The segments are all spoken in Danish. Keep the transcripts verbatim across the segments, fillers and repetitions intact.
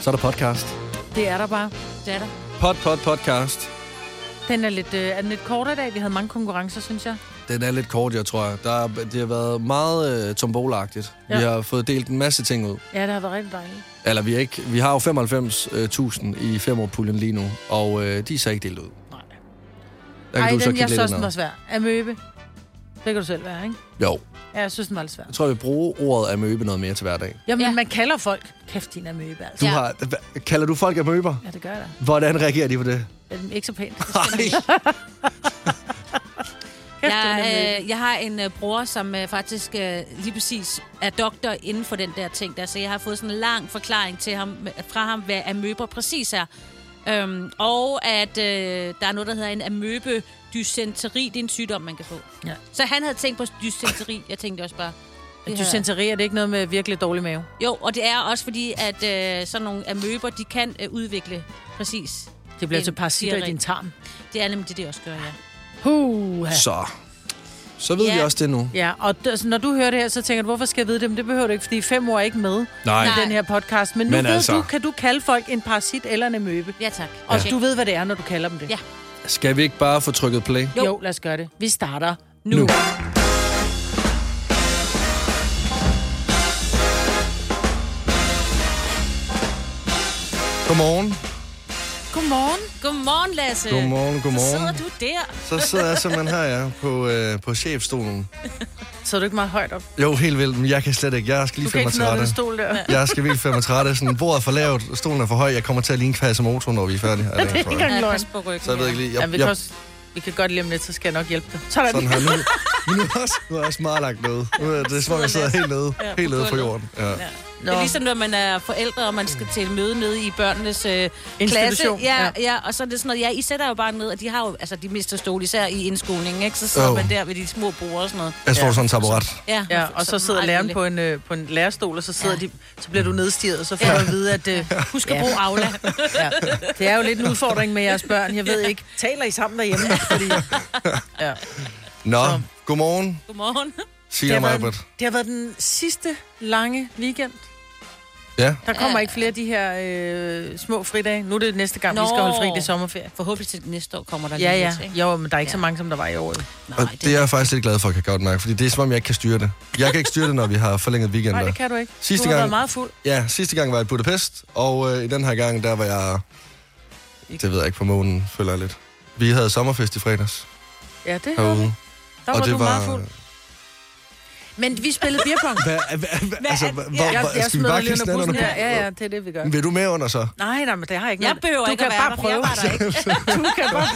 Så er der podcast. Det er der bare. Det er der. Pod, pod, podcast. Den er lidt, øh, er den lidt kortere i dag. Vi havde mange konkurrencer, synes jeg. Den er lidt kort, jeg tror jeg. Der, det har været meget øh, tombolagtigt. Ja. Vi har fået delt en masse ting ud. Ja, det har været rigtig dejligt. Eller vi, er ikke, vi har jo femoghalvfems tusind i femårpuljen lige nu, og øh, de er så ikke delt ud. Nej. Der Ej, du den så jeg synes, den var svær. Amøbe. Det kan du selv være, ikke? Jo. Ja, jeg synes, den var lidt svær. Jeg tror, jeg vil bruge ordet amøbe noget mere til hverdag. Jamen, Ja. man kalder folk. Kæft, din amøbe, altså. Du Ja. har, kalder du folk amøber? Ja, det gør jeg da. Hvordan reagerer de på det? Det er ikke så pænt. Nej. Jeg, øh, jeg har en øh, bror, som øh, faktisk øh, lige præcis er doktor inden for den der ting der, så jeg har fået sådan en lang forklaring til ham, fra ham, hvad amøber præcis er. Øhm, og at øh, der er noget, der hedder en amøbe-dysenteri. Det er en sygdom, man kan få. Ja. Så han havde tænkt på dysenteri. Jeg tænkte også bare... Dysenteri, er det ikke noget med virkelig dårlig mave? Jo, og det er også fordi, at øh, sådan nogle amøber, de kan øh, udvikle præcis. Det bliver en til parasitter i diarré. din tarm. Det er nemlig det, det også gør, ja. Puh. Så. Så ved Ja. vi også det nu. Ja, og d- altså, når du hører det her, så tænker du, hvorfor skal jeg vide det? Men det behøver du ikke, fordi fem år er ikke med Nej. i den her podcast. Men nu Men ved altså- du, kan du kalde folk en parasit eller en amøbe. Ja, tak. Og Okay. du ved, hvad det er, når du kalder dem det. Ja. Skal vi ikke bare få trykket play? Jo. jo, lad os gøre det. Vi starter Nu. Nu. Godmorgen. Godmorgen. Godmorgen, Lasse. Godmorgen, godmorgen. Så sidder du der. Så sidder jeg simpelthen her, ja, på, øh, på chefstolen. Så er du ikke meget højt op. Jo, helt vildt, men jeg kan slet ikke. Jeg skal lige Du kan finde mig ikke til finde den rette. stol der. Jeg skal virkelig finde mig til rette. Sådan, bordet er for lavt, stolen er for høj. Jeg kommer til at ligne kvasse motor, når vi er færdige. Det er ikke engang Ja, løgn. pas på ryggen. Så jeg ved ikke lige. Ja, Jeg, vi, kan jeg, også, vi kan godt lige om lidt, så skal jeg nok hjælpe dig. Sådan. sådan her nu. Nu er jeg også, nu er jeg også meget lagt ned. Nu er det er som om, jeg sidder helt nede, Ja, helt på nede på gulvet. jorden. Ja. Ja. Det er ligesom, når man er forældre, og man skal til et møde nede i børnenes øh, klasse. Institution. Ja, Ja. ja, og så er det sådan noget, ja, I sætter jo bare ned, og de har jo, altså, de mister stol, især i indskolingen, ikke? Så sidder Jo. man der ved de små borde og sådan noget. Jeg står Ja. sådan en taburet. Ja, Ja, og så sidder læreren på en, øh, på en lærerstol, og så, sidder Ja. de, så bliver du nedstirret, og så får du at vide, at øh, Husk at Ja. bruge Aula. ja, det er jo lidt en udfordring med jeres børn. Jeg ved ikke, taler I sammen derhjemme? Fordi, ja. Nå, Så. godmorgen, Godmorgen. siger det, har mig, været, Britt. det har været den sidste lange weekend. Ja, Der kommer Ja. ikke flere af de her øh, små fridage. Nu er det næste gang, Nå. vi skal Nå. holde fri, det er sommerferie. Forhåbentlig til næste år kommer der Ja, lige ja. lidt, ikke? Jo, men der er ikke Ja. så mange, som der var i år. Jo. Nej, og det er jeg faktisk lidt glad for, kan jeg godt mærke. Fordi det er som om, jeg ikke kan styre det. Jeg kan ikke styre det, når vi har forlænget weekender. Nej, det kan du ikke. Sidste du har gang- været meget fuld. Ja, sidste gang var jeg i Budapest, og øh, i den her gang, der var jeg... Det ved jeg ikke, på månen føler jeg lidt. Vi havde sommerfest i fredags Ja, det har vi. herude. Der var du meget fuld. Men vi spillede beerpong. Hvad, hvad, hvad, altså, hvor, Ja, jeg, hvor, jeg skal vi smider bare lige kaste under den bussen under? her. Ja, ja, det er det, vi gør. Vil du med under så? Nej, nej, men det har ikke Jeg noget. behøver Du ikke kan at bare være der, for prøve. jeg var der ikke. Du kan bare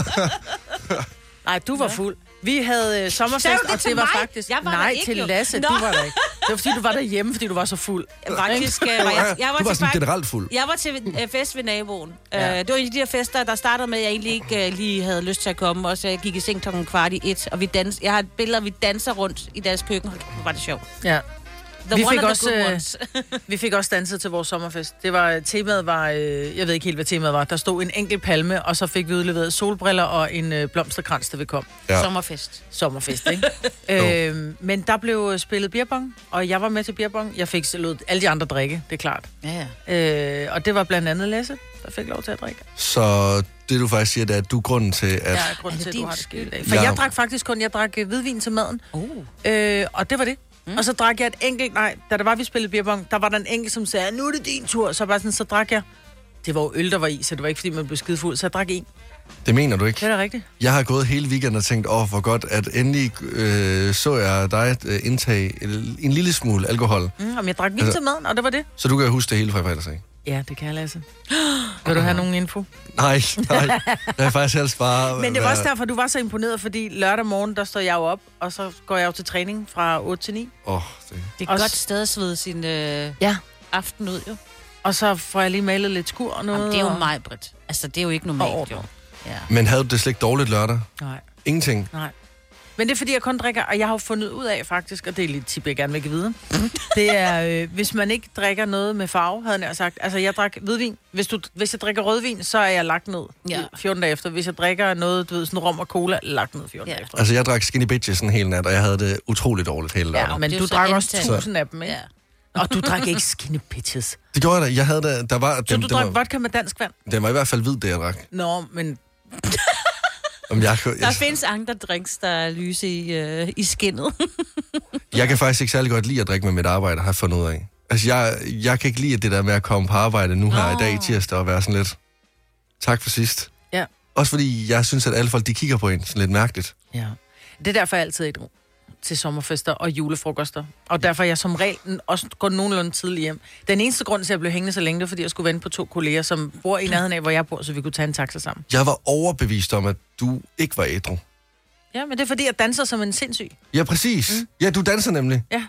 prøve. Nej, du var fuld. Vi havde øh, sommerfest, Sagde du det og til det var mig? faktisk... Jeg var der Nej, ikke, til jo. Lasse, Nå. du var der ikke. Det var, fordi du var derhjemme, fordi du var så fuld. Faktisk, øh, var jeg, jeg var Du var til sådan fakt- generelt fuld. Jeg var til øh, fest ved naboen. Ja. Ja. Øh, det var en af de der fester, der startede med, at jeg egentlig ikke øh, lige havde lyst til at komme. Og så jeg gik i seng klokken kvart i et, og vi dans, jeg har et billede, vi danser rundt i deres køkken. Hold kæft, hvor var det sjovt. Ja. The Vi one fik of the også, good øh, ones. Vi fik også danset til vores sommerfest. Det var, temaet var, øh, jeg ved ikke helt, hvad temaet var. Der stod en enkelt palme, og så fik vi udleveret solbriller og en øh, blomsterkrans, der vi kom. Ja. Sommerfest. Sommerfest, ikke? øh, men der blev spillet beerbong, og jeg var med til beerbong. Jeg fik lod alle de andre drikke, det er klart. Ja, ja. Øh, og det var blandt andet Lasse, der fik lov til at drikke. Så det du faktisk siger, det er, at du er grunden til, at... Ja, Er grunden det til, at du din har det skyld? skidt i dag. For Ja. jeg drak faktisk kun, jeg drak øh, hvidvin til maden. Uh. Øh, og det var det. Mm. Og så drak jeg et enkelt, nej, da der var, vi spillede beerbong, der var der en enkelt, som sagde, nu er det din tur. Så bare sådan, så drak jeg. Det var jo øl, der var i, så det var ikke, fordi man blev skidefuld, så jeg drak en. Det mener du ikke? Det er da rigtigt. Jeg har gået hele weekenden og tænkt, åh, oh, hvor godt, at endelig øh, så jeg dig øh, indtage en, en lille smule alkohol. Mm, og jeg drak vin Altså- til maden, og det var det. Så du kan huske det hele fra i fredags, ikke? Ja, det kan jeg, Lasse. Vil du have nogen info? Nej, nej. Jeg er faktisk helst bare... Men det var også være- derfor, du var så imponeret, fordi lørdag morgen, der står jeg jo op, og så går jeg jo til træning fra otte til ni. Åh, oh, det... Det er Også- godt sted at svede sin øh, Ja. aften ud, jo. Og så får jeg lige malet lidt skur og noget. Jamen, det er jo og... mig, Britt. Altså, det er jo ikke Og normalt, ordner. jo. Ja. Men havde du det slet ikke dårligt lørdag? Nej, Ingenting? nej. Men det er fordi, jeg kun drikker, og jeg har jo fundet ud af faktisk, og det er lidt tip, jeg gerne vil give videre. Det er, øh, hvis man ikke drikker noget med farve, havde jeg nær sagt. Altså, jeg drak hvidvin. Hvis, du, hvis jeg drikker rødvin, så er jeg lagt ned Ja. fjorten dage efter. Hvis jeg drikker noget, du ved, sådan rom og cola, lagt ned fjorten Ja. dage efter. Altså, jeg drak Skinny Bitches en hel nat, og jeg havde det utroligt dårligt hele lørdag. Ja, men Det er du jo så drak også antal. tusind af dem, ikke? Ja. Og du drak ikke skinny bitches. Det gjorde jeg da. Jeg havde da, der var... Så dem, du dem drak var, vodka med dansk vand? Den var i hvert fald hvid, det jeg drak. Nå, men... Om jeg, jeg, Der findes andre drinks, der er lyse i, øh, i skinnet. jeg kan faktisk ikke særlig godt lide at drikke med mit arbejde, har jeg fundet ud af. Altså, jeg, jeg kan ikke lide det der med at komme på arbejde nu her oh. i dag, tirsdag, og være sådan lidt... Tak for sidst. Ja. Også fordi jeg synes, at alle folk, de kigger på en sådan lidt mærkeligt. Ja. Det er derfor, jeg altid er ædru til sommerfester og julefrokoster. Og derfor er jeg som regel også går nogenlunde tidligt hjem. Den eneste grund til, at jeg blev hængende så længe, det er, fordi jeg skulle vente på to kolleger, som bor i nærheden af, hvor jeg bor, så vi kunne tage en taxa sammen. Jeg var overbevist om, at du ikke var ædru. Ja, men det er, fordi jeg danser som en sindssyg. Ja, præcis. Mm. Ja, du danser nemlig. Ja.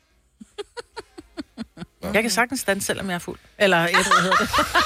Jeg kan sagtens danse, selvom jeg er fuld. Eller ædru hedder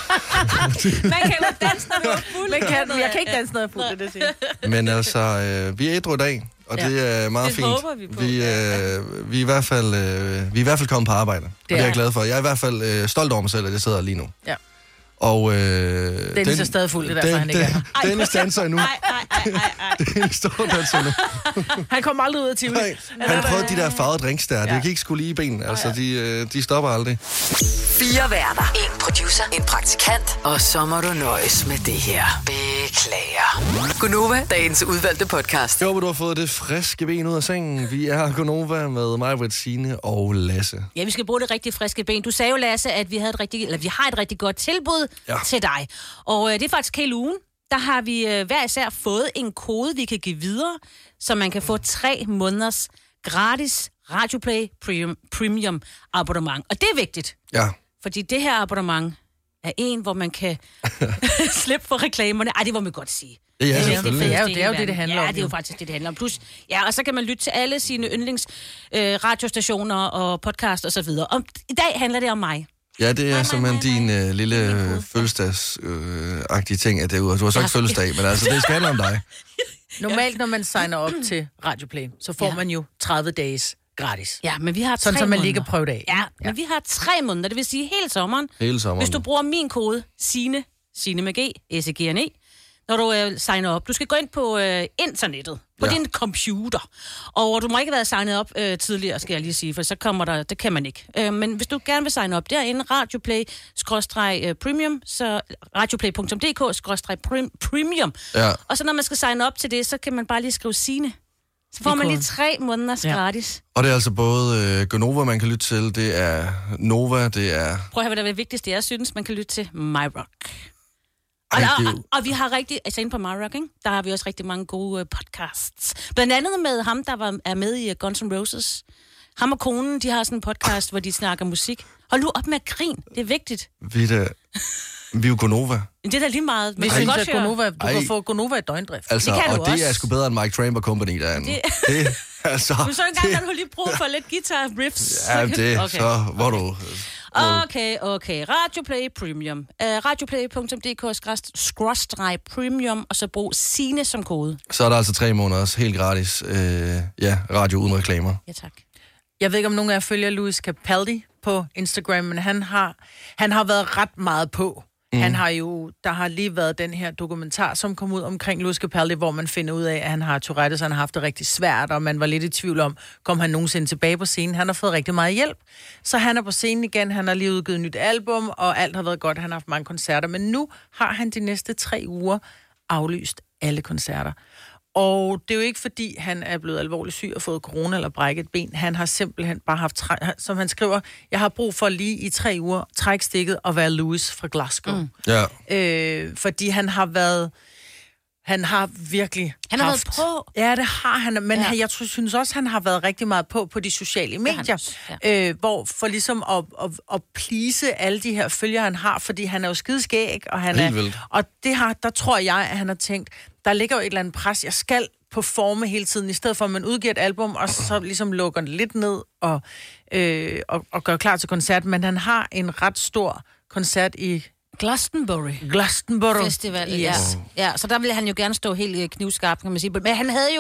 det. Man kan jo danse, når du er fuld. Man kan, jeg kan ikke danse, når jeg er fuld, det er det, jeg siger. Men altså, øh, vi er ædru i dag, og ja. det er meget det fint. Håber vi, på. Vi, øh, vi, er i hvert fald, øh, vi er i hvert fald kommet på arbejde, det og det er jeg glad for. Jeg er i hvert fald øh, stolt over mig selv, at jeg sidder lige nu. Ja. Og, øh, Dennis er stadig fuld, det er derfor, den, han ikke er her. Dennis danser endnu. Nej, nej, nej, nej. Dennis står danser nu. Han kommer aldrig ud af Tivoli. Nej, han prøvede de der farvede drinks der. Ja. Det gik sgu lige i benene. Altså, de, øh, de stopper aldrig. Fire værter. En producer. En praktikant. Og så må du nøjes med det her. Beklager. Gunova, dagens udvalgte podcast. Jeg håber, du har fået det friske ben ud af sengen. Vi er Gunova med mig, Britt, Signe og Lasse. Ja, vi skal bruge det rigtig friske ben. Du sagde jo, Lasse, at vi, havde et rigtig, eller vi har et rigtig godt tilbud ja. til dig. Og øh, det er faktisk hele ugen. Der har vi øh, hver især fået en kode, vi kan give videre, så man kan få tre måneders gratis Radioplay Premium, Premium abonnement. Og det er vigtigt. Ja. Fordi det her abonnement er en, hvor man kan slippe for reklamerne. Ej, det må man godt sige. Ja, ja, det, selvfølgelig. det, er jo, det er jo det, det handler ja, om. Ja, det er jo faktisk det, det handler om. Plus, ja, og så kan man lytte til alle sine yndlings øh, radiostationer og podcast og så videre. Og i dag handler det om mig. Ja, det er nej, simpelthen nej, nej. din øh, lille øh, fødselsdagsagtige øh, ting, at det er ude. Du har så ikke fødselsdag, men altså, det skal handle om dig. Normalt, når man signer op til Radioplay, så får ja. man jo tredive dages gratis. Ja, men vi har tre Sådan, så man måneder. ligger prøvet af. Ja, Ja. men vi har tre måneder, det vil sige hele sommeren. Hele sommeren. Hvis du bruger min kode, Signe, Signe med G, S E G N E, når du øh, signer op. Du skal gå ind på øh, internettet, på ja. din computer. Og du må ikke være signet op øh, tidligere, skal jeg lige sige, for så kommer der, det kan man ikke. Øh, men hvis du gerne vil signe op derinde, radioplay-premium, så radioplay punktum d k premium. Ja. Og så når man skal signe op til det, så kan man bare lige skrive Signe. Så får man lige tre måneders ja. gratis. Og det er altså både øh, Gonova, man kan lytte til, det er Nova, det er... Prøv at høre, hvad der er det vigtigste, jeg synes, man kan lytte til My Rock. Og, Ej, og, det er og, og vi har rigtig, altså inde på My Rock, ikke? Der har vi også rigtig mange gode uh, podcasts. Blandt andet med ham, der var, er med i uh, Guns N' Roses. Ham og konen, de har sådan en podcast, hvor de snakker musik. Hold nu op med at grin, det er vigtigt. Vi er, da, vi er jo Gonova. Men det er da lige meget. Vi synes, at Gonova, du Ej. kan få Gonova i døgndrift. Altså, det kan og du det også. er sgu bedre end Mike Tramp og Company derinde. Det, det altså... Men så engang, har du lige brug for lidt guitar riffs. Ja, det okay. så, hvor du... Okay, okay. Radioplay Premium. Uh, radioplay punktum d k skråstreg premium, og så brug Signe som kode. Så er der altså tre måneders helt gratis øh, ja, radio uden reklamer. Ja, tak. Jeg ved ikke, om nogen af jer følger Louis Capaldi på Instagram, men han har, han har været ret meget på. Mm. Han har jo, der har lige været den her dokumentar, som kom ud omkring Louis Capaldi, hvor man finder ud af, at han har Tourettes, han har haft det rigtig svært, og man var lidt i tvivl om, kom han nogensinde tilbage på scenen. Han har fået rigtig meget hjælp, så han er på scenen igen, han har lige udgivet et nyt album, og alt har været godt, han har haft mange koncerter, men nu har han de næste tre uger aflyst alle koncerter. Og det er jo ikke, fordi han er blevet alvorligt syg og fået corona eller brækket ben. Han har simpelthen bare haft, træ- som han skriver, jeg har brug for lige i tre uger trække stikket og være Louis fra Glasgow. Mm. Ja. Øh, fordi han har været, han har virkelig Han har haft, været på. Ja, det har han, men Ja. han, jeg tror, synes også, han har været rigtig meget på på de sociale medier. Ja. Øh, hvor for ligesom at, at, at please alle de her følgere, han har, fordi han er jo skideskæg, og han Helt er, vildt. og det har, der tror jeg, at han har tænkt, der ligger jo et eller andet pres, jeg skal på forme hele tiden, i stedet for, at man udgiver et album, og så ligesom lukker det lidt ned, og, øh, og, og gør klar til koncert. Men han har en ret stor koncert i Glastonbury. Glastonbury Festival, yes. ja. Ja, så der ville han jo gerne stå helt knivskarp, kan man sige. Men han havde jo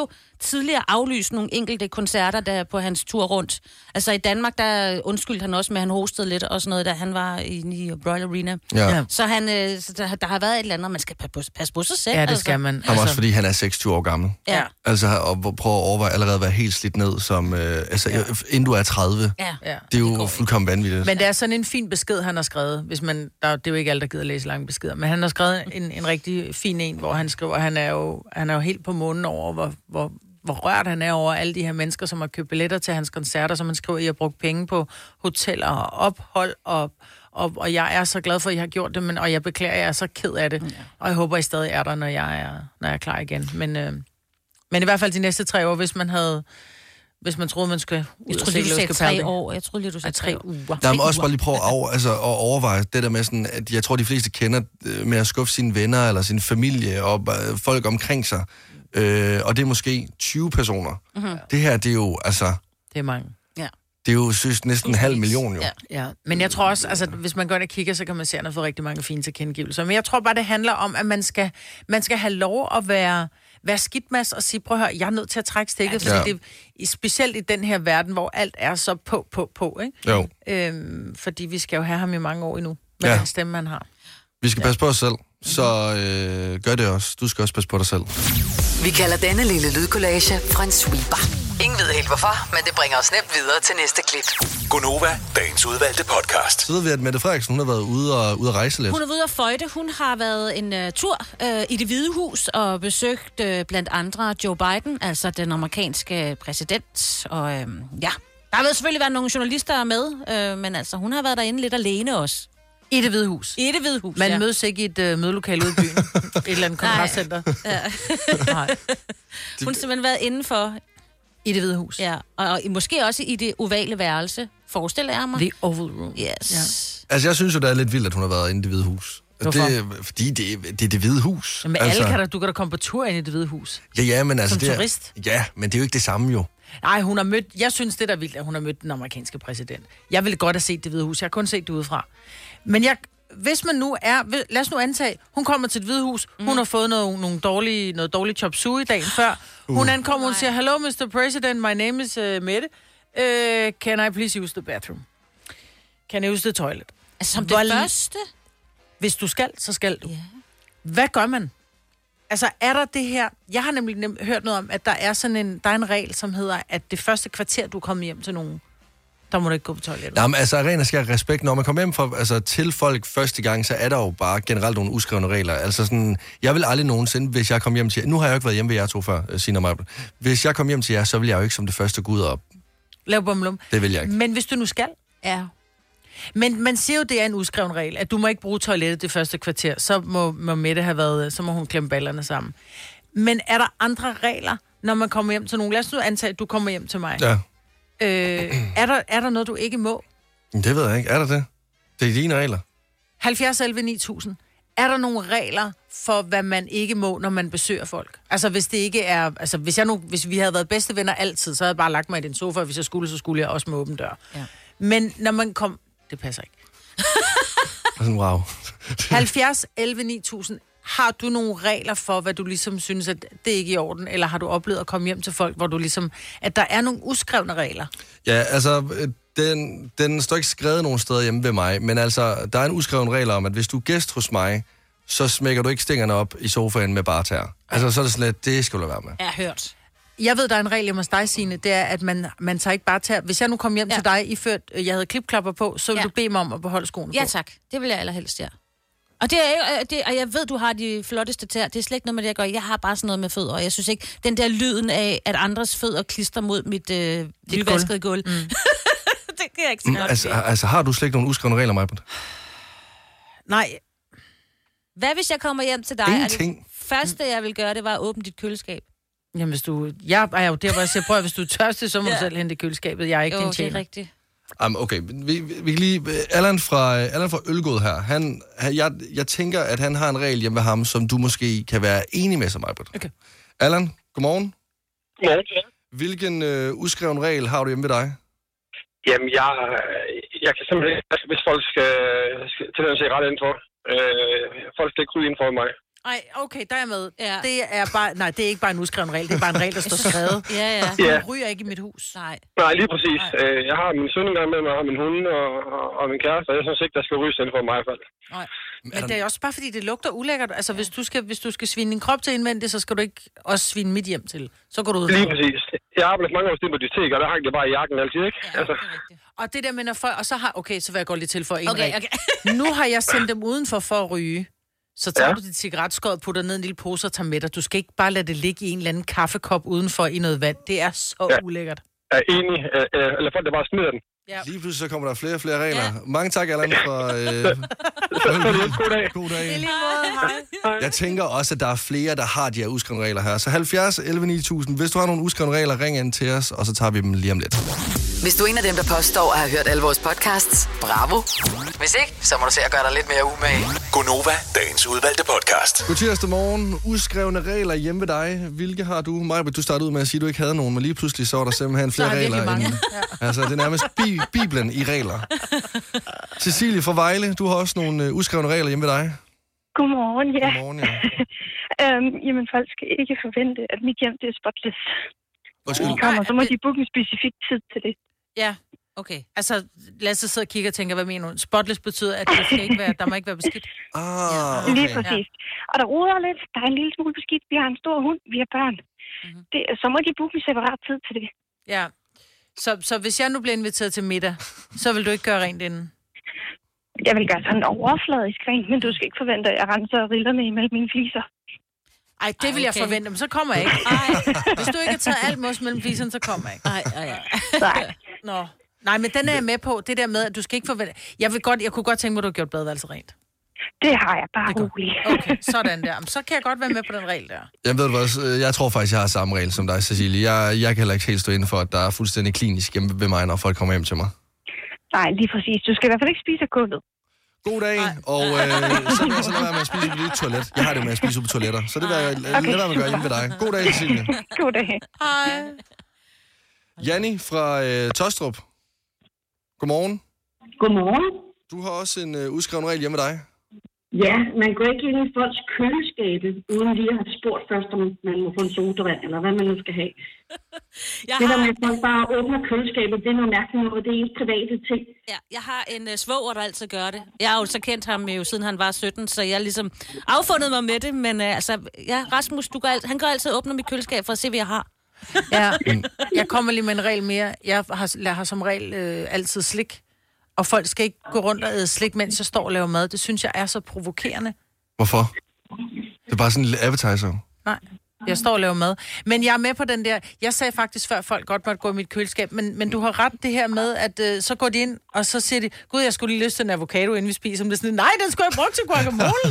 tidligere aflyst nogle enkelte koncerter der på hans tur rundt. Altså i Danmark, der undskyldte han også med, at han hostede lidt og sådan noget, da han var i, i Royal Arena. Ja. Så, han, øh, så der, der har været et eller andet, man skal passe på sig selv. Ja, det skal altså. man. Altså. Også fordi han er seksogtyve år gammel. Ja. Altså, og prøv at overveje allerede at være helt slidt ned, som, øh, altså, ja. inden du er tredive. Ja. Ja. Det er jo fuldkommen vanvittigt. Men det er sådan en fin besked, han har skrevet. Hvis man, der, det er jo ikke alle, der gider læse lange beskeder, men han har skrevet en, en rigtig fin en, hvor han skriver, at han er jo, han er jo helt på månen over, hvor, hvor, hvor rørt han er over alle de her mennesker, som har købt billetter til hans koncerter, som han skriver, at I har brugt penge på hoteller og ophold, og, og, og jeg er så glad for, at I har gjort det, men, og jeg beklager, jeg er så ked af det, ja. Og jeg håber, I stadig er der, når jeg er, når jeg er klar igen. Men, øh, men i hvert fald de næste tre år, hvis man havde... Hvis man troede, man skulle ud jeg og troede, se lige, du sagde Løske tre Perle. år. Jeg troede lige, du sagde tre tre uger. Der må også bare lige prøve at, over, altså, at overveje det der med sådan, at jeg tror, de fleste kender med at skuffe sine venner eller sin familie og folk omkring sig. Øh, og det er måske tyve personer. Mm-hmm. Det her, det er jo, altså... Det er mange. Ja. Det er jo synes, næsten en halv million, jo. Ja. Ja, men jeg tror også, altså hvis man går ind og kigger, så kan man se, at han har fået rigtig mange fine tilkendegivelser. Men jeg tror bare, det handler om, at man skal, man skal have lov at være... være skidtmas og sige, prøv at høre, jeg er nødt til at trække stikket, ja. fordi det, specielt i den her verden, hvor alt er så på, på, på, ikke? Jo. Øhm, fordi vi skal jo have ham i mange år endnu, med Ja. den stemme, han har. Vi skal ja. passe på os selv, så øh, gør det også. Du skal også passe på dig selv. Vi kalder denne lille lydkollage en sweeper. Ingen ved helt hvorfor, men det bringer os nemt videre til næste klip. Gonova, dagens udvalgte podcast. Så ved vi, at Mette Frederiksen, hun har været ude og, ude at rejse lidt. Hun er ude at føjte. Hun har været en uh, tur uh, i Det Hvide Hus og besøgt uh, blandt andre Joe Biden, altså den amerikanske præsident. Og uh, ja, der har selvfølgelig været nogle journalister med, uh, men altså hun har været derinde lidt alene også. I Det Hvide Hus. I Det Hvide Hus, Man ja. mødes ikke i et uh, mødelokale ude i byen. Et eller andet kongresscenter. Ja. Nej. Hun har simpelthen været indenfor. I Det Hvide Hus. Ja, og, og måske også i det ovale værelse, forestiller jeg mig. The Oval Room. Yes. Ja. Altså, jeg synes jo, det er lidt vildt, at hun har været inde i Det Hvide Hus. Hvorfor? Det, fordi det, det er Det Hvide Hus. Men altså, alle kan da, du kan da komme på tur ind i Det Hvide Hus. Ja, ja, men altså... Som det er, turist. Ja, men det er jo ikke det samme jo. Nej, hun har mødt... Jeg synes, det der er vildt, at hun har mødt den amerikanske præsident. Jeg ville godt have set Det Hvide Hus. Jeg har kun set det udefra. Men jeg... Hvis man nu er... Lad os nu antage, hun kommer til Det Hvide Hus. Mm. Hun har fået noget, nogle dårlige, noget dårligt chop suey dagen før. Uh. Hun ankommer og siger, hello, mister President, my name is uh, Mette. Uh, can I please use the bathroom? Can I use the toilet? Altså som det Hvor- første? Hvis du skal, så skal du. Ja. Hvad gør man? Altså, er der det her... Jeg har nemlig nem- hørt noget om, at der er sådan en, der er en regel, som hedder, at det første kvarter, du kommer hjem til nogen, der må du ikke gå på toilettet. Jamen, altså, arena skal have respekt. Når man kommer hjem for, altså, til folk første gang, så er der jo bare generelt nogle uskrevne regler. Altså sådan, jeg vil aldrig nogensinde, hvis jeg kom hjem til jer... Nu har jeg jo ikke været hjemme ved jer to før, Signe og mig. Hvis jeg kom hjem til jer, så vil jeg jo ikke som det første gå ud og... Lav bumlum. Det vil jeg ikke. Men hvis du nu skal... Ja. Men man siger jo, det er en uskreven regel, at du må ikke bruge toilettet det første kvarter. Så må, må Mette have været... Så må hun klemme ballerne sammen. Men er der andre regler, når man kommer hjem til nogen? Lad os nu antage, at du kommer hjem til mig. Ja. Øh, er, der, er der noget, du ikke må? Men det ved jeg ikke. Er der det? Det er dine regler. halvfjerds elleve ni tusind. Er der nogle regler for, hvad man ikke må, når man besøger folk? Altså, hvis det ikke er... Altså, hvis, jeg nu, hvis vi havde været bedste venner altid, så havde jeg bare lagt mig i din sofa, og hvis jeg skulle, så skulle jeg også med åben dør. Ja. Men når man kom... Det passer ikke. Sådan, wow. halvfjerds elleve ni tusind. Har du nogle regler for, hvad du ligesom synes, at det er ikke i orden? Eller har du oplevet at komme hjem til folk, hvor du ligesom... At der er nogle uskrevne regler? Ja, altså, den, den står ikke skrevet nogen steder hjemme ved mig, men altså, der er en uskreven regel om, at hvis du er gæst hos mig, så smækker du ikke stængerne op i sofaen med bare tær. Altså, så er det sådan lidt, det skal du lade være med. Jeg har hørt. Jeg ved, der er en regel hjemme hos dig, Signe, det er, at man, man tager ikke bare tær. Hvis jeg nu kom hjem ja. til dig, iført, jeg havde klipklapper på, så vil ja. du bede mig om at beholde skoene Ja på. tak, det vil jeg allerhelst, ja. Og, det er jo, det, og jeg ved, du har de flotteste tæer. Det er slet ikke noget med det, jeg gør. Jeg har bare sådan noget med fødder, og jeg synes ikke, den der lyden af, at andres fødder klister mod mit øh, nyvaskede gulv. Mm. Det kan jeg ikke så godt Altså, lide. altså, har du slet ikke nogen uskrevne regler, Majbert? Nej, Hvad hvis jeg kommer hjem til dig? Ingenting. Og det første, jeg vil gøre, det var at åbne dit køleskab. jamen hvis du... Jeg er jo der, hvor jeg siger, prøv at, hvis du er tørstig, så må ja. du selv hente i køleskabet. Jeg er ikke Jo, din det er tjener. rigtigt. Um, okay, vi, vi, vi kan lige... Allan fra, Allan fra Ølgod her, han, han, jeg, jeg tænker, at han har en regel hjemme ved ham, som du måske kan være enig med sig, Majbert. Okay. Allan, godmorgen. Godmorgen. Hvilken øh, uskreven regel har du hjemme ved dig? Jamen, jeg, jeg kan simpelthen ikke, hvis folk skal, skal til at se ret indenfor. Øh, folk skal ikke ryge ind for mig. Ej, okay, der er jeg med. Ja. Det er bare, nej, det er ikke bare en uskreven regel, det er bare en regel, der står skrevet. Ja, ja. Ja. Jeg ryger ikke i mit hus. Nej. Nej, lige præcis. Øh, Jeg har min søn engang med mig, og min hund og, og, og min kæreste, og jeg synes ikke, der skal ryges inden for mig i hvert fald. Nej. Men det er også bare, fordi det lugter ulækkert. Altså, hvis du skal, hvis du skal svine din krop til indvendigt, så skal du ikke også svine mit hjem til. Så går du ud. Lige præcis. Jeg har arbejdet mange år siden på diskotek, og der hang det bare i jakken altid, ikke? Ja, Altså, det er rigtigt. Og det der med, når folk... Og så har... Okay, så vil jeg godt lige til for en Okay, regel. okay. Nu har jeg sendt dem udenfor for at ryge. Så tager Ja. du dit cigaretskod, putter ned i en lille pose og tager med dig. Du skal ikke bare lade det ligge i en eller anden kaffekop udenfor i noget vand. Det er så Ja. ulækkert. jeg er enig. Øh, øh, Eller folk, der bare smider den. Ja. Lige pludselig så kommer der flere og flere regler. Ja. Mange tak, Allan, for... Øh, God dag. god dag. I lige måde, hej. Jeg tænker også, at der er flere, der har de her uskrevne regler her. Så halvfjerds elleve ni tusind. Hvis du har nogle uskrevne regler, ring ind til os, og så tager vi dem lige om lidt. Hvis du er en af dem, der påstår at have hørt alle vores podcasts, bravo. Hvis ikke, så må du se at gøre dig lidt mere umage. Gonova, dagens udvalgte podcast. God tirsdag morgen. Uskrevne regler hjemme ved dig. Hvilke har du? Majbert, du startede ud med at sige, at du ikke havde nogen, men lige pludselig så var der simpelthen flere har jeg regler. virkelig mange. End, altså, det er nærmest bi- Bibelen i regler. Cecilie fra Vejle, du har også nogle uh, uskrevne regler hjemme ved dig. Godmorgen, ja. Godmorgen, ja. øhm, jamen, folk skal ikke forvente, at mit hjem det er spotless. Undskyld. De kommer, så må de booke en specifik tid til det. Ja, okay. Altså, Lasse sidder og kigger og tænker, hvad mener hun? Spotless betyder, at det skal ikke være, der må ikke være beskidt. Ah, Okay. Lige okay. præcis. Og der ruder lidt. Der er en lille smule beskidt. Vi har en stor hund. Vi har børn. Mm-hmm. Det, så må de booke en separat tid til det. Ja. Så, så hvis jeg nu bliver inviteret til middag, så vil du ikke gøre rent inden? Jeg vil gøre sådan overfladisk rent, men du skal ikke forvente, at jeg renser rillerne imellem mine fliser. Ej, det Ej, vil jeg okay. forvente, men så kommer jeg ikke. Ej, hvis du ikke har taget alt mos mellem fliserne, så kommer jeg ikke. Ej, ej, ej. Nej. Nå. Nej, men den er jeg med på. Det der med, at du skal ikke forvente... Jeg, vil godt, jeg kunne godt tænke mig, at du har gjort badeværelset rent. Det har jeg bare Det er godt. roligt. Okay, sådan der. Så kan jeg godt være med på den regel der. Jeg ved hvad, jeg tror faktisk, jeg har samme regel som dig, Cecilie. Jeg, jeg kan heller ikke helt stå inden for, at der er fuldstændig klinisk hjemme ved mig, når folk kommer hjem til mig. Nej, lige præcis. Du skal i hvert fald ikke spise af gulvet. God dag, og øh, så vil jeg så lade være med at spise på dit toilet. Jeg har det med at spise på toiletter, så det vil jeg okay. lade være med at gøre hjemme ved dig. God dag, Cecilie. God dag. Hej. Janni fra øh, Tostrup. Godmorgen. Godmorgen. Du har også en øh, udskreven regel hjemme ved dig. Ja, man går ikke ind i folks køleskabe, uden lige at have spurgt først, om man må få en sodavand, eller hvad man nu skal have. Jeg Det der har, med, at folk bare åbner køleskabet, det er noget mærkeligt noget, det er ens private ting. ja, jeg har en uh, svoger, der altid gør det. Jeg har jo så kendt ham jo, siden han var sytten, så jeg har ligesom affundet mig med det. Men uh, altså, ja, Rasmus, du går alt, han går altid og åbner mit køleskab for at se, hvad jeg har. Ja, jeg kommer lige med en regel mere. Jeg har, jeg har som regel øh, altid slik. Og folk skal ikke gå rundt og æde slik, mens jeg står og laver mad. Det synes jeg er så provokerende. Hvorfor? Det er bare sådan en lille appetizer. Nej, jeg står og laver mad. Men jeg er med på den der... Jeg sagde faktisk før, at folk godt måtte gå i mit køleskab. Men, men du har ret det her med, at øh, så går de ind, og så siger de, gud, jeg skulle lige lyst til en avocado, inden vi spiser. Men det er sådan, nej, den skulle jeg bruge til guacamole.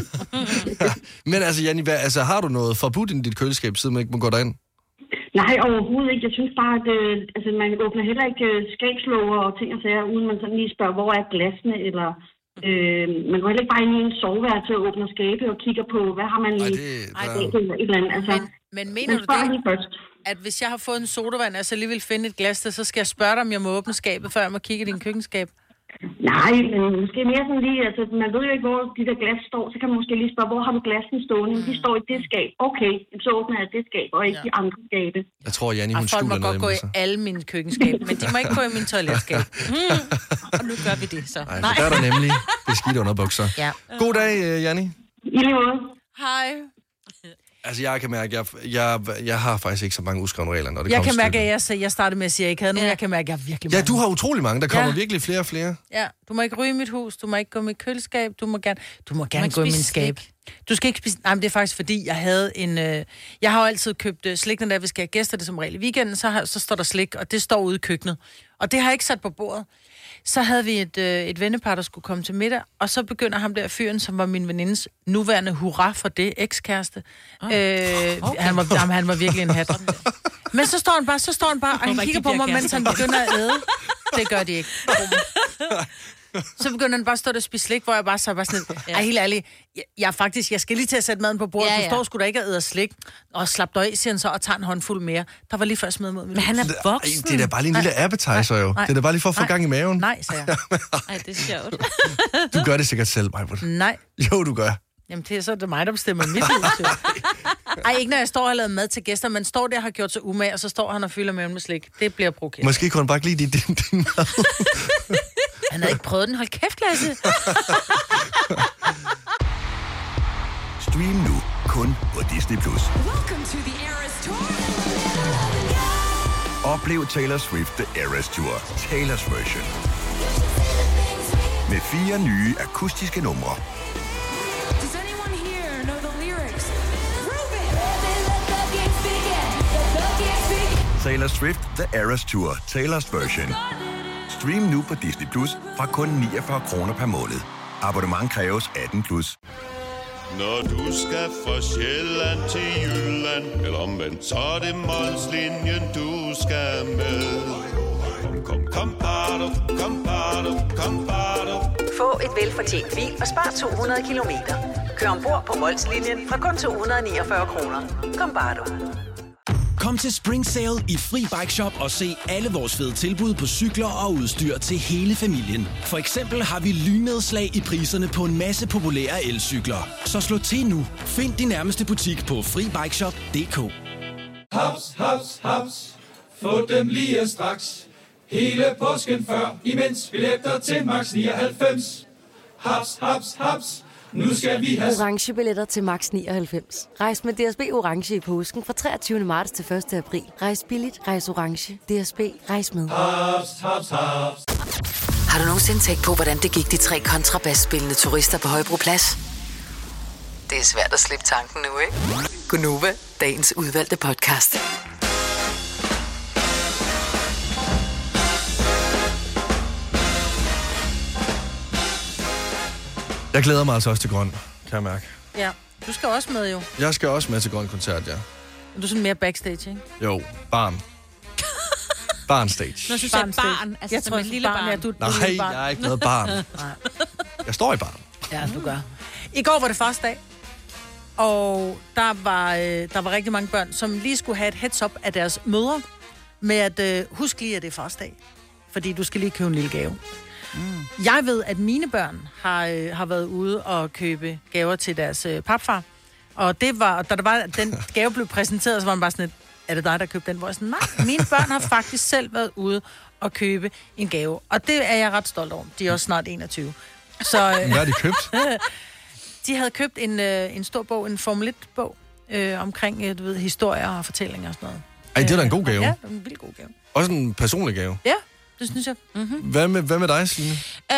Men altså, Janni, hvad, altså, har du noget forbudt i dit køleskab, siden man ikke må gå derind? Nej, overhovedet ikke. Jeg synes bare, at øh, altså, man åbner heller ikke øh, skabslåger og ting og sager, uden man sådan lige spørger, hvor er glasene, eller... Øh, man går heller ikke bare ind i en soveværelse og åbner skabe og kigger på, hvad har man i... Ej, det, Ej, der, Et eller, et eller andet. Altså, Men, men mener man du spørger det, lige først. at hvis jeg har fået en sodavand, og så lige vil finde et glas der, så skal jeg spørge dig, om jeg må åbne skabet, før jeg må kigge i din køkkenskab? Nej, men måske mere sådan lige, altså man ved jo ikke, hvor de der glas står, så kan man måske lige spørge, hvor har du glassen stående? De står i det skab. Okay, så åbner jeg det skab, og ikke ja. de andre skabe. jeg tror, Janni, hun Og folk må skjuler noget godt gå hjemme i ved sig. alle mine køkkenskab, men de må ikke gå i min toiletskab. Mm. Og nu gør vi det, så. Nej, så der er der nemlig beskidt under bukser. Ja. God dag, øh, Janni. I lige måde. Hej. Altså, jeg kan mærke, jeg, jeg, jeg har faktisk ikke så mange uskrevne regler, når det Jeg kommer kan til mærke, at stykket. jeg, sagde- jeg startede med at sige, at jeg ikke havde nogen. Ja. Jeg kan mærke, at jeg har virkelig Ja, mange. du har utrolig mange. Der kommer Ja. virkelig flere og flere. Ja, du må ikke ryge i mit hus, du må ikke gå i mit køleskab, du må gerne, du må gerne ikke gå i min spise skab. Du skal ikke spise... Nej, men det er faktisk fordi, jeg havde en... Øh... Jeg har jo altid købt øh, slik, når der, vi skal have gæster det som regel i weekenden, så, har, så står der slik, og det står ude i køkkenet. Og det har jeg ikke sat på bordet. Så havde vi et, øh, et vennepar, der skulle komme til middag, og så begynder ham der fyren, som var min venindes nuværende hurra for det, ekskæreste. Oh. Øh, okay. han, var, jamen, han var virkelig en hat. Men så står han bare, så står han bare, og han Håber ikke, kigger de på bliver mig, mens han kærester. begynder at æde. Det gør de ikke. Så begynder han bare at stå der og spise slik, hvor jeg bare så bare sådan, ej, helt ærligt, jeg, jeg er faktisk, jeg skal lige til at sætte maden på bordet, Ja, ja, ja. du står sgu da ikke og æder slik, og slap dig af, siger han så, og tager en håndfuld mere. Der var lige før smed mod min Men han er Ej, voksen. det er da bare lige en lille appetizer, jo. nej, Det er da bare lige for at få nej, gang i maven. Nej, sagde jeg. Ej, det er sjovt. Du gør det sikkert selv, Majbert. Nej, Jo, du gør. Jamen, det er så det er mig, der bestemmer mit hus. Ej, ikke når jeg står og har lavet mad til gæster, men står der og har gjort sig umage, og så står han og fylder maven med slik. Det bliver provokeret. Måske kunne han bare ikke lide din, din mad. Han havde ikke prøvet den. Hold kæft, Lasse. Stream nu kun på Disney plus. Oplev Taylor Swift The Eras Tour, Taylor's version. Med fire nye akustiske numre. Taylor Swift The Eras Tour, Taylor's version. Stream nu på Disney plus fra kun niogfyrre kroner per måned. Abonnement kræves atten plus. Når du skal fra Sjælland til Jylland, eller omvendt, så er det Molslinjen, du skal med. Kom, kom, kom, bado, kom, bado, kom, bado. Få et velfortjent bil og spar to hundrede kilometer. Kør ombord på Molslinjen fra kun to hundrede niogfyrre kroner. Kom, bare du. Kom til Spring Sale i Fri Bike Shop og se alle vores fede tilbud på cykler og udstyr til hele familien. For eksempel har vi lynedslag i priserne på en masse populære elcykler. Så slå til nu. Find din nærmeste butik på fri bike shop punktum d k. Haps, haps, haps. Få dem lige straks. Hele påsken før, imens billetter til max nioghalvfems. Haps, haps, haps. Nu skal vi have orange billetter til max nioghalvfems. Rejs med D S B Orange i påsken fra treogtyvende marts til første april. Rejs billigt, rejs orange. D S B, rejs med. Haps, haps, haps. Har du nogensinde tænkt på, hvordan det gik de tre kontrabasspillende turister på Højbroplads? Det er svært at slippe tanken nu, ikke? Gunova, dagens udvalgte podcast. Jeg glæder mig altså også til Grøn, kan jeg mærke. Ja, du skal også med jo. Jeg skal også med til Grøn koncert, ja. Du er sådan mere backstage, ikke? Jo, barn. Barnstage. Når du siger barn, altså jeg som tror, et lille barn. barn. Ja, du, Nej, du er barn. jeg er ikke noget barn. Jeg står i barn. Ja, du gør. I går var det første dag, og der var, øh, der var rigtig mange børn, som lige skulle have et heads up af deres mødre, med at øh, husk lige, at det er første dag, fordi du skal lige købe en lille gave. Mm. Jeg ved, at mine børn har, øh, har været ude og købe gaver til deres øh, papfar, og det var, da der var, den gave blev præsenteret, så var man bare sådan et, er det dig, der købte den? Hvor jeg sådan, nej, mine børn har faktisk selv været ude og købe en gave, og det er jeg ret stolt over. De er også snart enogtyve. Så, øh, Hvad har de købt? De havde købt en, øh, en stor bog, en Formel et-bog, øh, omkring øh, du ved, historier og fortællinger og sådan noget. Ej, det er da en god gave. Ja, det er en vildt god gave. Også en personlig gave. Ja, det synes jeg. Mm-hmm. Hvad med, hvad med dig, Signe?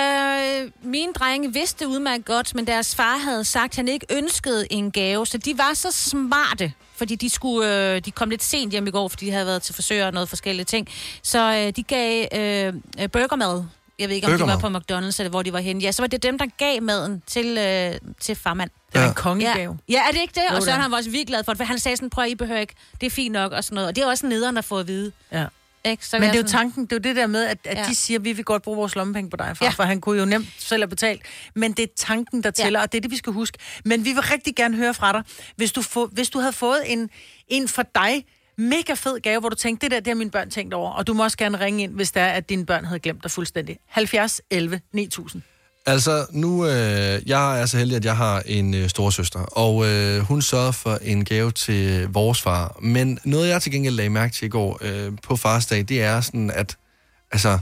Øh, mine drenge vidste udmærket godt, men deres far havde sagt, at han ikke ønskede en gave, så de var så smarte, fordi de skulle, øh, de kom lidt sent hjem i går, fordi de havde været til forsøg og noget forskellige ting. Så øh, de gav øh, burgermad. Jeg ved ikke, om burgermad. De var på McDonald's, eller hvor de var henne. Ja, så var det dem, der gav maden til, øh, til farmand. Det var ja. en kongegave. Ja. ja, er det ikke det? Jo, og så han var også virkelig glad for det, for han sagde sådan, prøv, I behøver ikke, det er fint nok og sådan noget. Og det er også nederen at få at vide. Ja. Ikke? Så men det er jo sådan... tanken, det er jo det der med, at, at ja. de siger, at vi vil godt bruge vores lommepenge på dig, far, ja. for han kunne jo nemt selv have betalt. Men det er tanken, der tæller, ja. og det er det, vi skal huske. Men vi vil rigtig gerne høre fra dig, hvis du, få, hvis du havde fået en, en for dig mega fed gave, hvor du tænkte, det der, det har mine børn tænkt over, og du må også gerne ringe ind, hvis det er, at dine børn havde glemt dig fuldstændig. halvfjerds elleve ni tusind. Altså, nu, øh, jeg er så heldig, at jeg har en øh, storesøster, og øh, hun sørgede for en gave til vores far. Men noget, jeg til gengæld lagde mærke til i går øh, på farsdag, det er sådan, at altså,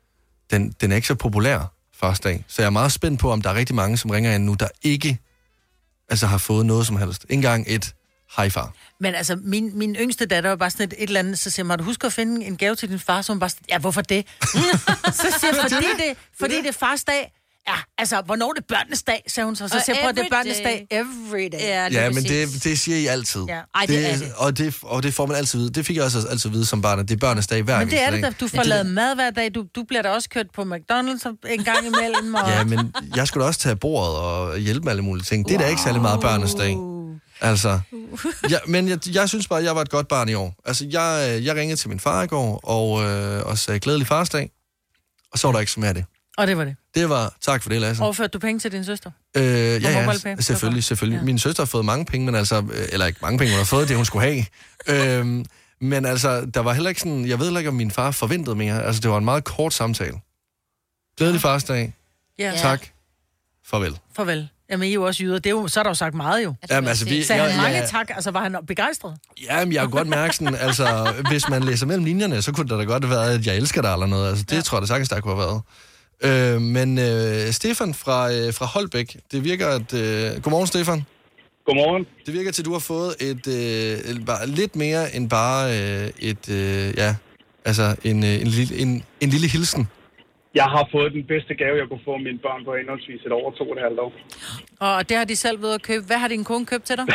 den, den er ikke så populær, farsdag. Så jeg er meget spændt på, om der er rigtig mange, som ringer ind nu, der ikke altså, har fået noget som helst. Ikke engang et hej far. Men altså, min, min yngste datter var bare sådan et, et eller andet, så siger man, har du husket at finde en gave til din far? Så hun bare sådan, ja, hvorfor det? Så siger jeg, fordi det, fordi det er fars dag. Ja, altså, hvornår er det børnenes dag, sagde hun så. Så siger jeg, prøv, det er børnenes dag every day. Ja, ja men det, det siger I altid. Ja. Ej, det, det er det. Og det. Og det får man altid vide. Det fik jeg også altid vide som barn, at det er børnenes dag hver gang. Men det er det da. Du får lavet mad hver dag. Du, du bliver da også kørt på McDonald's en gang imellem. Og... Ja, men jeg skulle da også tage bordet og hjælpe med alle mulige ting. Det er wow. Da ikke særlig meget børnenes dag. Altså, ja, men jeg, jeg synes bare, at jeg var et godt barn i år. Altså, jeg, jeg ringede til min far i går og, øh, og sagde glædelig farsdag, og så var der ikke så mere af det. Og det var det? Det var, tak for det, Lasse. Overførte du penge til din søster? Øh, ja, ja, selvfølgelig, selvfølgelig. Ja. Min søster har fået mange penge, men altså, eller ikke mange penge, hun har fået det, hun skulle have. øhm, men altså, der var heller ikke sådan, jeg ved heller ikke, om min far forventede mere. Altså, det var en meget kort samtale. Glædelig farsdag. Ja. Tak. Farvel. Farvel. Jamen, I er jo også jyder. Det er jo, så er der jo sagt meget jo. Jamen, altså, vi, så han jeg, mange jeg, tak. Altså, var han begejstret? Jamen, jeg har godt mærket sådan, altså, hvis man læser mellem linjerne, så kunne det da godt have været, at jeg elsker dig eller noget. Altså, det ja. tror jeg da sagtens, der kunne have været. Øh, men øh, Stefan fra, øh, fra Holbæk, det virker at... Øh, godmorgen, Stefan. Godmorgen. Det virker til, at du har fået et øh, bare, lidt mere end bare øh, et... Øh, ja, altså en, øh, en, lille, en, en lille hilsen. Jeg har fået den bedste gave, jeg kunne få mine børn på henholdsvis et år og to og et halvt år. Og det har de selv ved at købe. Hvad har din kone købt til dig?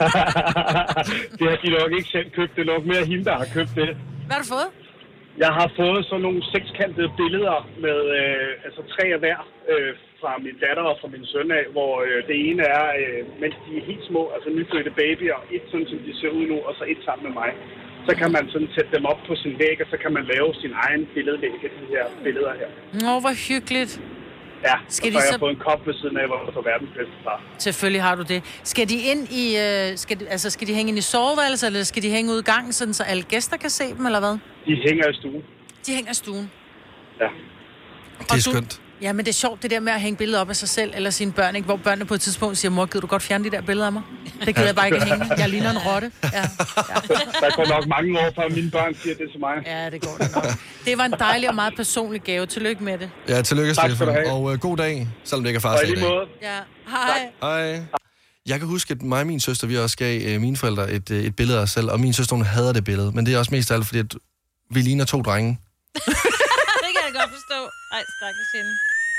Det har de nok ikke selv købt. Det er nok mere hende, der har købt det. Hvad har du fået? Jeg har fået sådan nogle sekskantede billeder med øh, altså tre af hver øh, fra min datter og fra min søn af, hvor øh, det ene er, øh, mens de er helt små, altså nyfødte babyer, et sådan som de ser ud nu, og så et sammen med mig. Så kan man sådan sætte dem op på sin væg, og så kan man lave sin egen billedvæg af de her billeder her. Nå, hvor hyggeligt. Ja, skal og så har de jeg så... fået en kop ved siden af, hvor jeg får verdens bedste far. Selvfølgelig har du det. Skal de ind i, øh, skal de, altså skal de hænge ind i soveværelset, eller skal de hænge ud i gangen, sådan, så alle gæster kan se dem, eller hvad? De hænger i stuen. De hænger i stuen. Ja. Det er du... skønt. Ja, men det er sjovt, det der med at hænge billeder op af sig selv eller sine børn, ikke? Hvor børnene på et tidspunkt siger, mor, gider du godt fjerne de der billeder af mig? Det gider jeg bare ikke hænge. Jeg ligner en rotte. Ja. Ja. Der går nok mange år, før mine børn siger det til mig. Ja, det går det nok. Det var en dejlig og meget personlig gave. Tillykke med det. Ja, tillykke, Stefan. Og uh, god dag, selvom det ikke er fars dag i dag. Ja, hej. Hej. Jeg kan huske, at mig og min søster, vi også gav uh, mine forældre et, uh, et billede af os selv, og min søster, hun hader det billede. Men det er også mest af alt, fordi at vi ligner to drenge. Det kan jeg godt forstå. Ej, stakkels hende.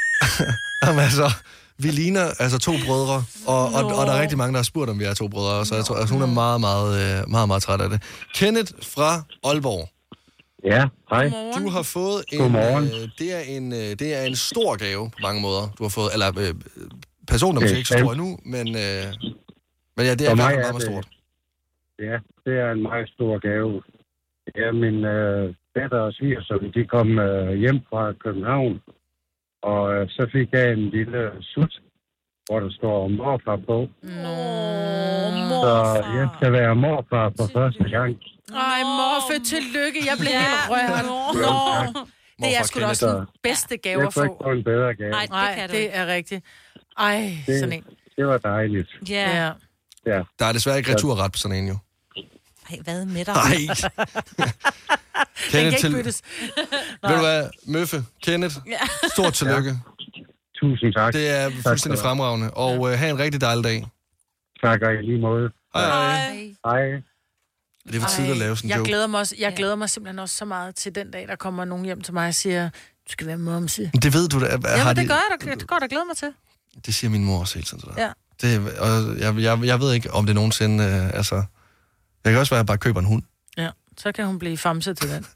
Jamen altså, vi ligner altså to brødre, og, og, og der er rigtig mange, der har spurgt, om vi er to brødre, så jeg tror, altså, hun er meget, meget, meget, meget, meget træt af det. Kenneth fra Aalborg. Ja, hej. Du har fået en, Godmorgen. øh, det, er en, øh, det er en stor gave på mange måder, du har fået, eller øh, personen er måske ikke så stor endnu, men, øh, men ja, det er meget, meget, meget stort. Ja, det er en meget stor gave. Ja, min øh, datter og svigersøn, de kom øh, hjem fra København, og øh, så fik jeg en lille sut, hvor der står morfar på. Nå, morfar. Så jeg skal være morfar for første gang. Ej, morfe, tillykke. Jeg blev ja. helt rørt. Nå. Det er sgu da også den bedste gave at få. Jeg kunne ikke få en bedre gave. Nej, det, kan det er rigtigt. Ej, det, sådan en. Det var dejligt. Ja. Yeah. Ja. Der er desværre ikke returret på sådan en, jo. Ej, hvad med dig? Nej. Kenneth, til... Ved du hvad, Møffe, Kenneth, stort tillykke. Ja. Tusind tak. Det er fuldstændig fremragende, og ja. uh, have en rigtig dejlig dag. Tak, og i lige måde. Hej. Hej. Hej. Det er for tidligt at lave sådan en jeg joke. Glæder mig også, jeg glæder mig simpelthen også så meget til den dag, der kommer nogen hjem til mig og siger, du skal være momse. Det ved du da. Jamen, har det de... gør jeg da. Det går da glæder mig til. Det siger min mor også hele tiden. Ja. Det, og jeg, jeg, jeg ved ikke, om det nogensinde... Øh, altså, jeg kan også være, at jeg bare køber en hund. Ja, så kan hun blive famse til den.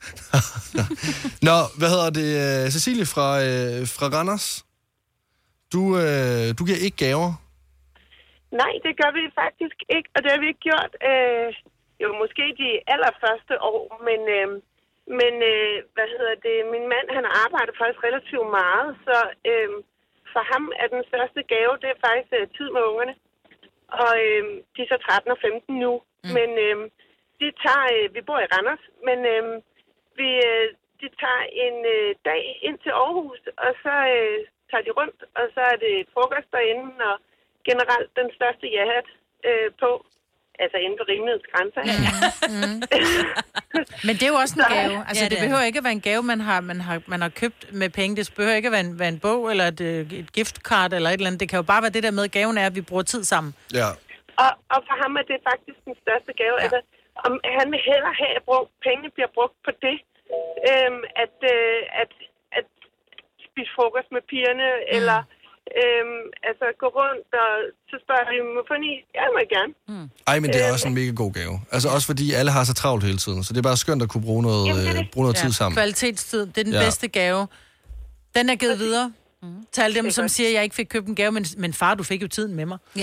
Nå, hvad hedder det? Cecilie fra, øh, fra Randers. Du, øh, du giver ikke gaver. Nej, det gør vi faktisk ikke, og det har vi ikke gjort. Øh, jo, måske de allerførste år, men, øh, men øh, hvad hedder det? Min mand, han arbejder faktisk relativt meget, så øh, for ham er den største gave, det er faktisk øh, tid med ungerne. Og øh, de er så tretten og femten nu, mm. men øh, de tager, øh, vi bor i Randers, men øh, vi, øh, de tager en øh, dag ind til Aarhus, og så øh, tager de rundt, og så er det frokost derinde, og generelt den største ja-hat øh, på, altså inden for rimelighedens grænser. Mm. Men det er jo også en gave. Altså, ja, det, det behøver ikke at være en gave, man har, man har, man har købt med penge. Det behøver ikke at være en, være en bog, eller et, et giftkart, eller et eller andet. Det kan jo bare være det der med, gaven er, at vi bruger tid sammen. Ja. Og, og for ham er det faktisk den største gave. Ja. Altså, om han vil hellere have, at pengene bliver brugt på det, øhm, at, øh, at, at spise frokost med pigerne, mm. eller øhm, altså gå rundt, og så spørger de, må få en is? Ja, må jeg gerne. Mm. Ej, men det er også en mega god gave. Altså også fordi alle har så travlt hele tiden, så det er bare skønt at kunne bruge noget, Jamen, øh, bruge noget ja. tid sammen. Kvalitetstid, det er den ja. bedste gave. Den er givet videre. Mm. Til alle dem, som siger, at jeg ikke fik købt en gave, men, men far, du fik jo tiden med mig. Ja.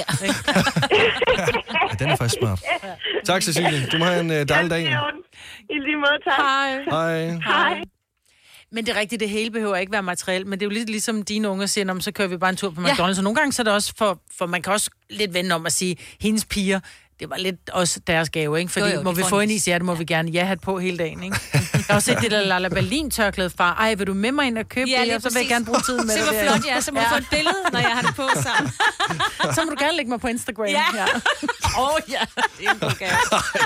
Ja, den er faktisk smart. Ja. Tak, Cecilie. Du må have en uh, dejlig dag. I lige måde, tak. Hej. Hej. Hej. Men det er rigtigt, det hele behøver ikke være materielt, men det er jo lidt ligesom dine unger siger, om så kører vi bare en tur på McDonald's, ja. Og nogle gange så er det også for, for man kan også lidt vende om at sige, hendes piger, det var lidt også deres gave, ikke? Fordi Jo, jo, må de vi får få en en is. is? Ja, det må vi gerne. Ja, hat på hele dagen, ikke? Jeg har også set det der Lala Berlin-tørklæde fra. Ej, vil du med mig ind og købe Ja, det? lige Og så vil jeg præcis. gerne bruge tiden med Se, det. hvor der. flot jeg er, så må du få et billede, når jeg har det på sammen. Så må du gerne lægge mig på Instagram. Ja. ja. Åh, oh, ja. Det er en god gave.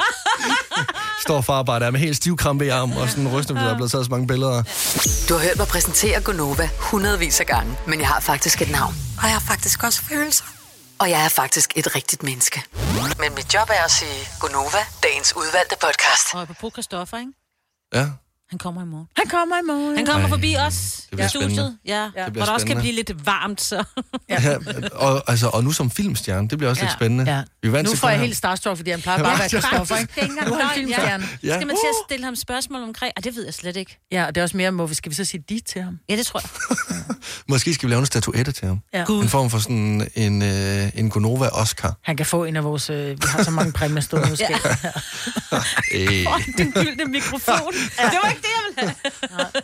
Står far bare der med helt stiv krampe i armen, og sådan ryster, fordi der er blevet taget så mange billeder. Du har hørt mig præsentere Gonova hundredvis af gange, men jeg har faktisk et navn. Og jeg har faktisk også følelser. Og jeg er faktisk et rigtigt menneske. Men mit job er at sige Gonova, dagens udvalgte podcast. Og apropos Christoffer, ikke? Ja. Han kommer i morgen. Han kommer i morgen. Han kommer Ej, forbi os det bliver i studiet. spændende. Ja, Det hvor bliver der også kan spændende. blive lidt varmt, så... Ja, og, altså, og nu som filmstjerne, det bliver også Ja. lidt spændende. Ja. Vi er vant Nu til får jeg kun helt her. starstruck, fordi han plejer bare at være Christoffer, ikke? Faktisk, Nu er han ja. filmstjerne. Ja. Skal man til at stille ham spørgsmål omkring? Ah, det ved jeg slet ikke. Ja, og det er også mere, må vi, skal vi så sige dit til ham? Ja, det tror jeg. Måske skal vi lave en statuette til ham. Ja. En form for sådan en, øh, en Gonova Oscar. Han kan få en af vores... Øh, vi har så mange præmier stående måske. Ja. Øh. Åh, den gyldne mikrofon. Ja. Det var ikke det, jeg ville have.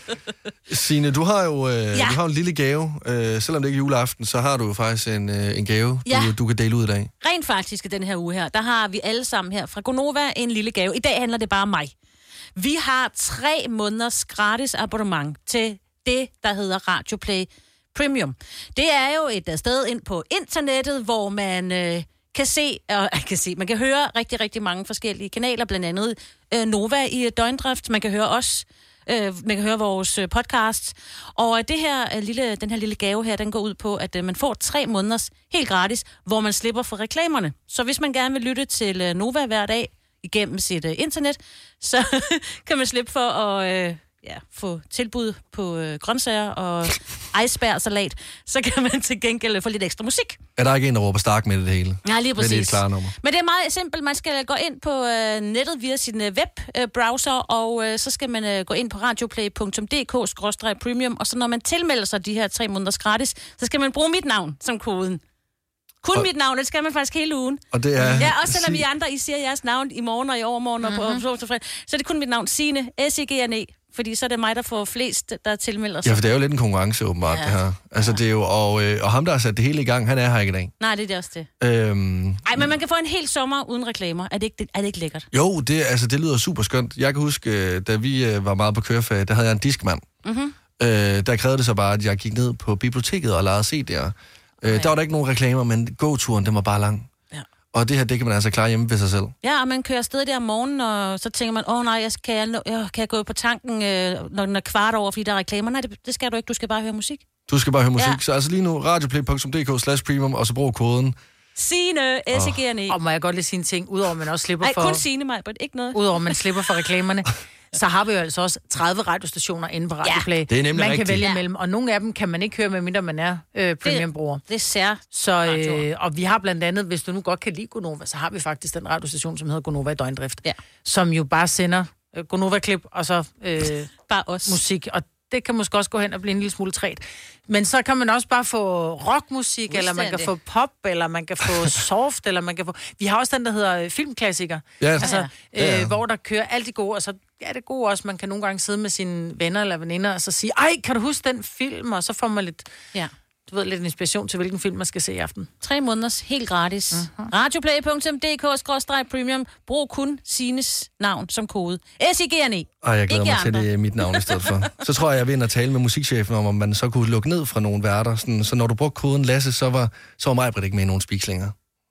Signe, du har jo øh, Ja. du har en lille gave. Øh, selvom det ikke er juleaften, så har du jo faktisk en, øh, en gave, Ja. du, du kan dele ud i dag. Rent faktisk i den her uge her, der har vi alle sammen her fra Gonova en lille gave. I dag handler det bare om mig. Vi har tre måneders gratis abonnement til det, der hedder Radioplay Premium. Det er jo et uh, sted ind på internettet, hvor man øh, kan se, og øh, kan se, man kan høre rigtig, rigtig mange forskellige kanaler, blandt andet øh, Nova i øh, døgndrift. Man kan høre os. Øh, man kan høre vores øh, podcast. Og øh, det her, øh, lille, den her lille gave her, den går ud på, at øh, man får tre måneders helt gratis, hvor man slipper for reklamerne. Så hvis man gerne vil lytte til øh, Nova hver dag igennem sit øh, internet, så kan man slippe for at øh, ja, få tilbud på øh, grøntsager og icebergsalat. Så kan man til gengæld få lidt ekstra musik. Er der ikke en, der råber stark med det hele? Ja, lige Med det præcis. klare nummer. Men det er meget simpelt. Man skal gå ind på øh, nettet via sin øh, webbrowser, og øh, så skal man øh, gå ind på radioplay punktum d k skråstreg premium, og så når man tilmelder sig de her tre måneders gratis, så skal man bruge mit navn som koden. Kun Og- mit navn, det skal man faktisk hele ugen. Og det er... Ja, også selvom I andre, I siger jeres navn i morgen og i overmorgen og på Mhm. og på torsdag, så er det kun mit navn, Signe, S I G N E, fordi så er det mig, der får flest, der tilmelder sig. Ja, for det er jo lidt en konkurrence, åbenbart, Ja. det her. Altså, det er jo... Og, øh, og ham, der har sat det hele i gang, han er her ikke i dag. Nej, det er det også det. Øhm, Ej, men man kan få en hel sommer uden reklamer. Er det ikke, er det ikke lækkert? jo, det, altså, det lyder super skønt. Jeg kan huske, øh, da vi øh, var meget på køreferie, der havde jeg en diskmand. Mhm. Øh, der krævede det så bare, at jeg gik ned på biblioteket og lejede C D'er. Øh, der var der ikke nogen reklamer, men gåturen, den var bare lang. Ja. Og det her, det kan man altså klare hjemme ved sig selv. Ja, og man kører afsted der om morgenen, og så tænker man, åh oh, nej, jeg skal, jeg, nå- jeg, kan jeg gå på tanken, øh, når den er kvart over, fordi der er reklamer? Nej, det, det skal du ikke, du skal bare høre musik. Du skal bare høre musik. Ja. Ja. Så altså lige nu, radioplay punktum d k slash premium, og så brug koden. Signe, S I G N E. Og må jeg godt lige sige en ting, udover at man også slipper Ej, for... kun Signe mig, but ikke noget. Udover at man slipper for reklamerne, så har vi jo altså også tredive radiostationer inde på Radioplay. det er nemlig man rigtigt. kan vælge Ja. mellem, og nogle af dem kan man ikke høre, medmindre man er øh, premiumbruger. Det er sær. Så, øh, og vi har blandt andet, hvis du nu godt kan lide Gonova, så har vi faktisk den radiostation, som hedder Gonova i døgndrift, Ja. som jo bare sender øh, Gonova-klip og så øh, Bare os. musik, og det kan måske også gå hen og blive en lille smule træt. Men så kan man også bare få rockmusik, eller man kan få Fuldstændig. pop, eller man kan få soft, eller man kan få... Vi har også den, der hedder øh, filmklassiker. Ja, Altså, ja. øh, Ja. hvor der kører alt det gode, og så ja, det gode også, man kan nogle gange sidde med sine venner eller veninder, og så sige, ej, kan du huske den film? Og så får man lidt, Ja. du ved, lidt inspiration til, hvilken film man skal se i aften. Tre måneders, helt gratis. Mhm. Uh-huh. radioplay punktum d k skråstreg premium. Brug kun Sines navn som kode. S I G N E. Ej, jeg glæder Ikke mig til, andre. det er mit navn i stedet for. Så tror jeg, jeg vil ind og tale med musikchefen om, om man så kunne lukke ned fra nogle værter. Sådan, så når du brugte koden Lasse, så var, så var Majbrit ikke med i nogen speaks længere.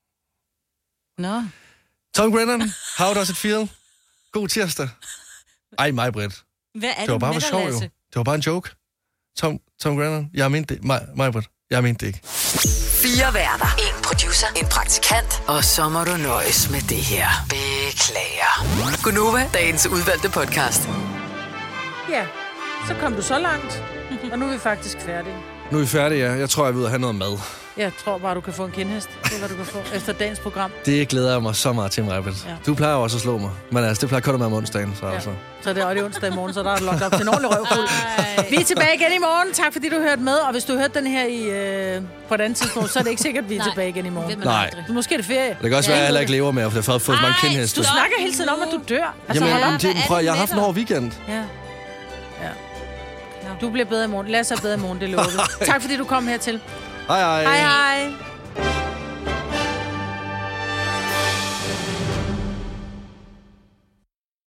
Nå. Tom Grennan, how does it feel? God tirsdag. Ej, Majbrit. Hvad er det, Det var bare med for dig, sjov, jo. Lasse? Det var bare en joke. Tom, Tom Grennan, jeg mente det. Maj, Majbrit, jeg mente det ikke. Fire værter. En producer. En praktikant. Og så må du nøjes med det her. Beklager. Gonova, dagens udvalgte podcast. Ja, så kom du så langt, og nu er vi faktisk færdige. Nu er vi færdige, ja. Jeg tror, jeg vil ud og have noget mad. Jeg tror bare, du kan få en kindhest. Det er, hvad du kan få efter dagens program. Det glæder jeg mig så meget til, Majbrit. Ja. Du plejer jo også at slå mig. Men altså, det plejer kun at være om onsdagen, så Ja. altså. Så det er også onsdag i morgen, så der er lukket op til en ordentlig røvfuld. Vi er tilbage igen i morgen. Tak fordi du hørte med. Og hvis du har hørt den her i, øh, på et andet tidspunkt, så er det ikke sikkert, at vi er Nej, tilbage igen i morgen. ved man Nej. aldrig. Måske er det ferie. Det kan også være, at jeg heller ikke lever med, for jeg har fået så mange Ej, kindheste. Du snakker hele tiden om, at du dør. Altså, Jamen, hold op. det, Hvad er prøv, det jeg har med haft en dig? hård weekend. Ja. Ja. Du bliver bedre i morgen. Lasse er bedre i morgen, det lover vi. Tak fordi du kom hertil. Hej, hej. Hej hej.